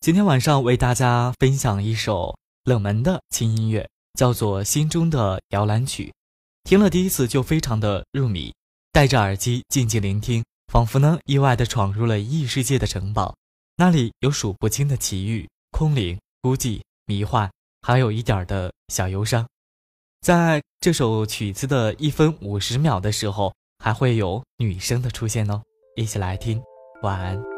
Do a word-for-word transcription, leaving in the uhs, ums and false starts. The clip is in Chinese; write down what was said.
今天晚上为大家分享一首冷门的轻音乐，叫做《心中的摇篮曲》。听了第一次就非常的入迷，戴着耳机静静聆听，仿佛呢意外地闯入了异世界的城堡，那里有数不清的奇遇、空灵、孤寂、迷幻，还有一点的小忧伤。在这首曲子的一分五十秒的时候，还会有女声的出现哦，一起来听，晚安。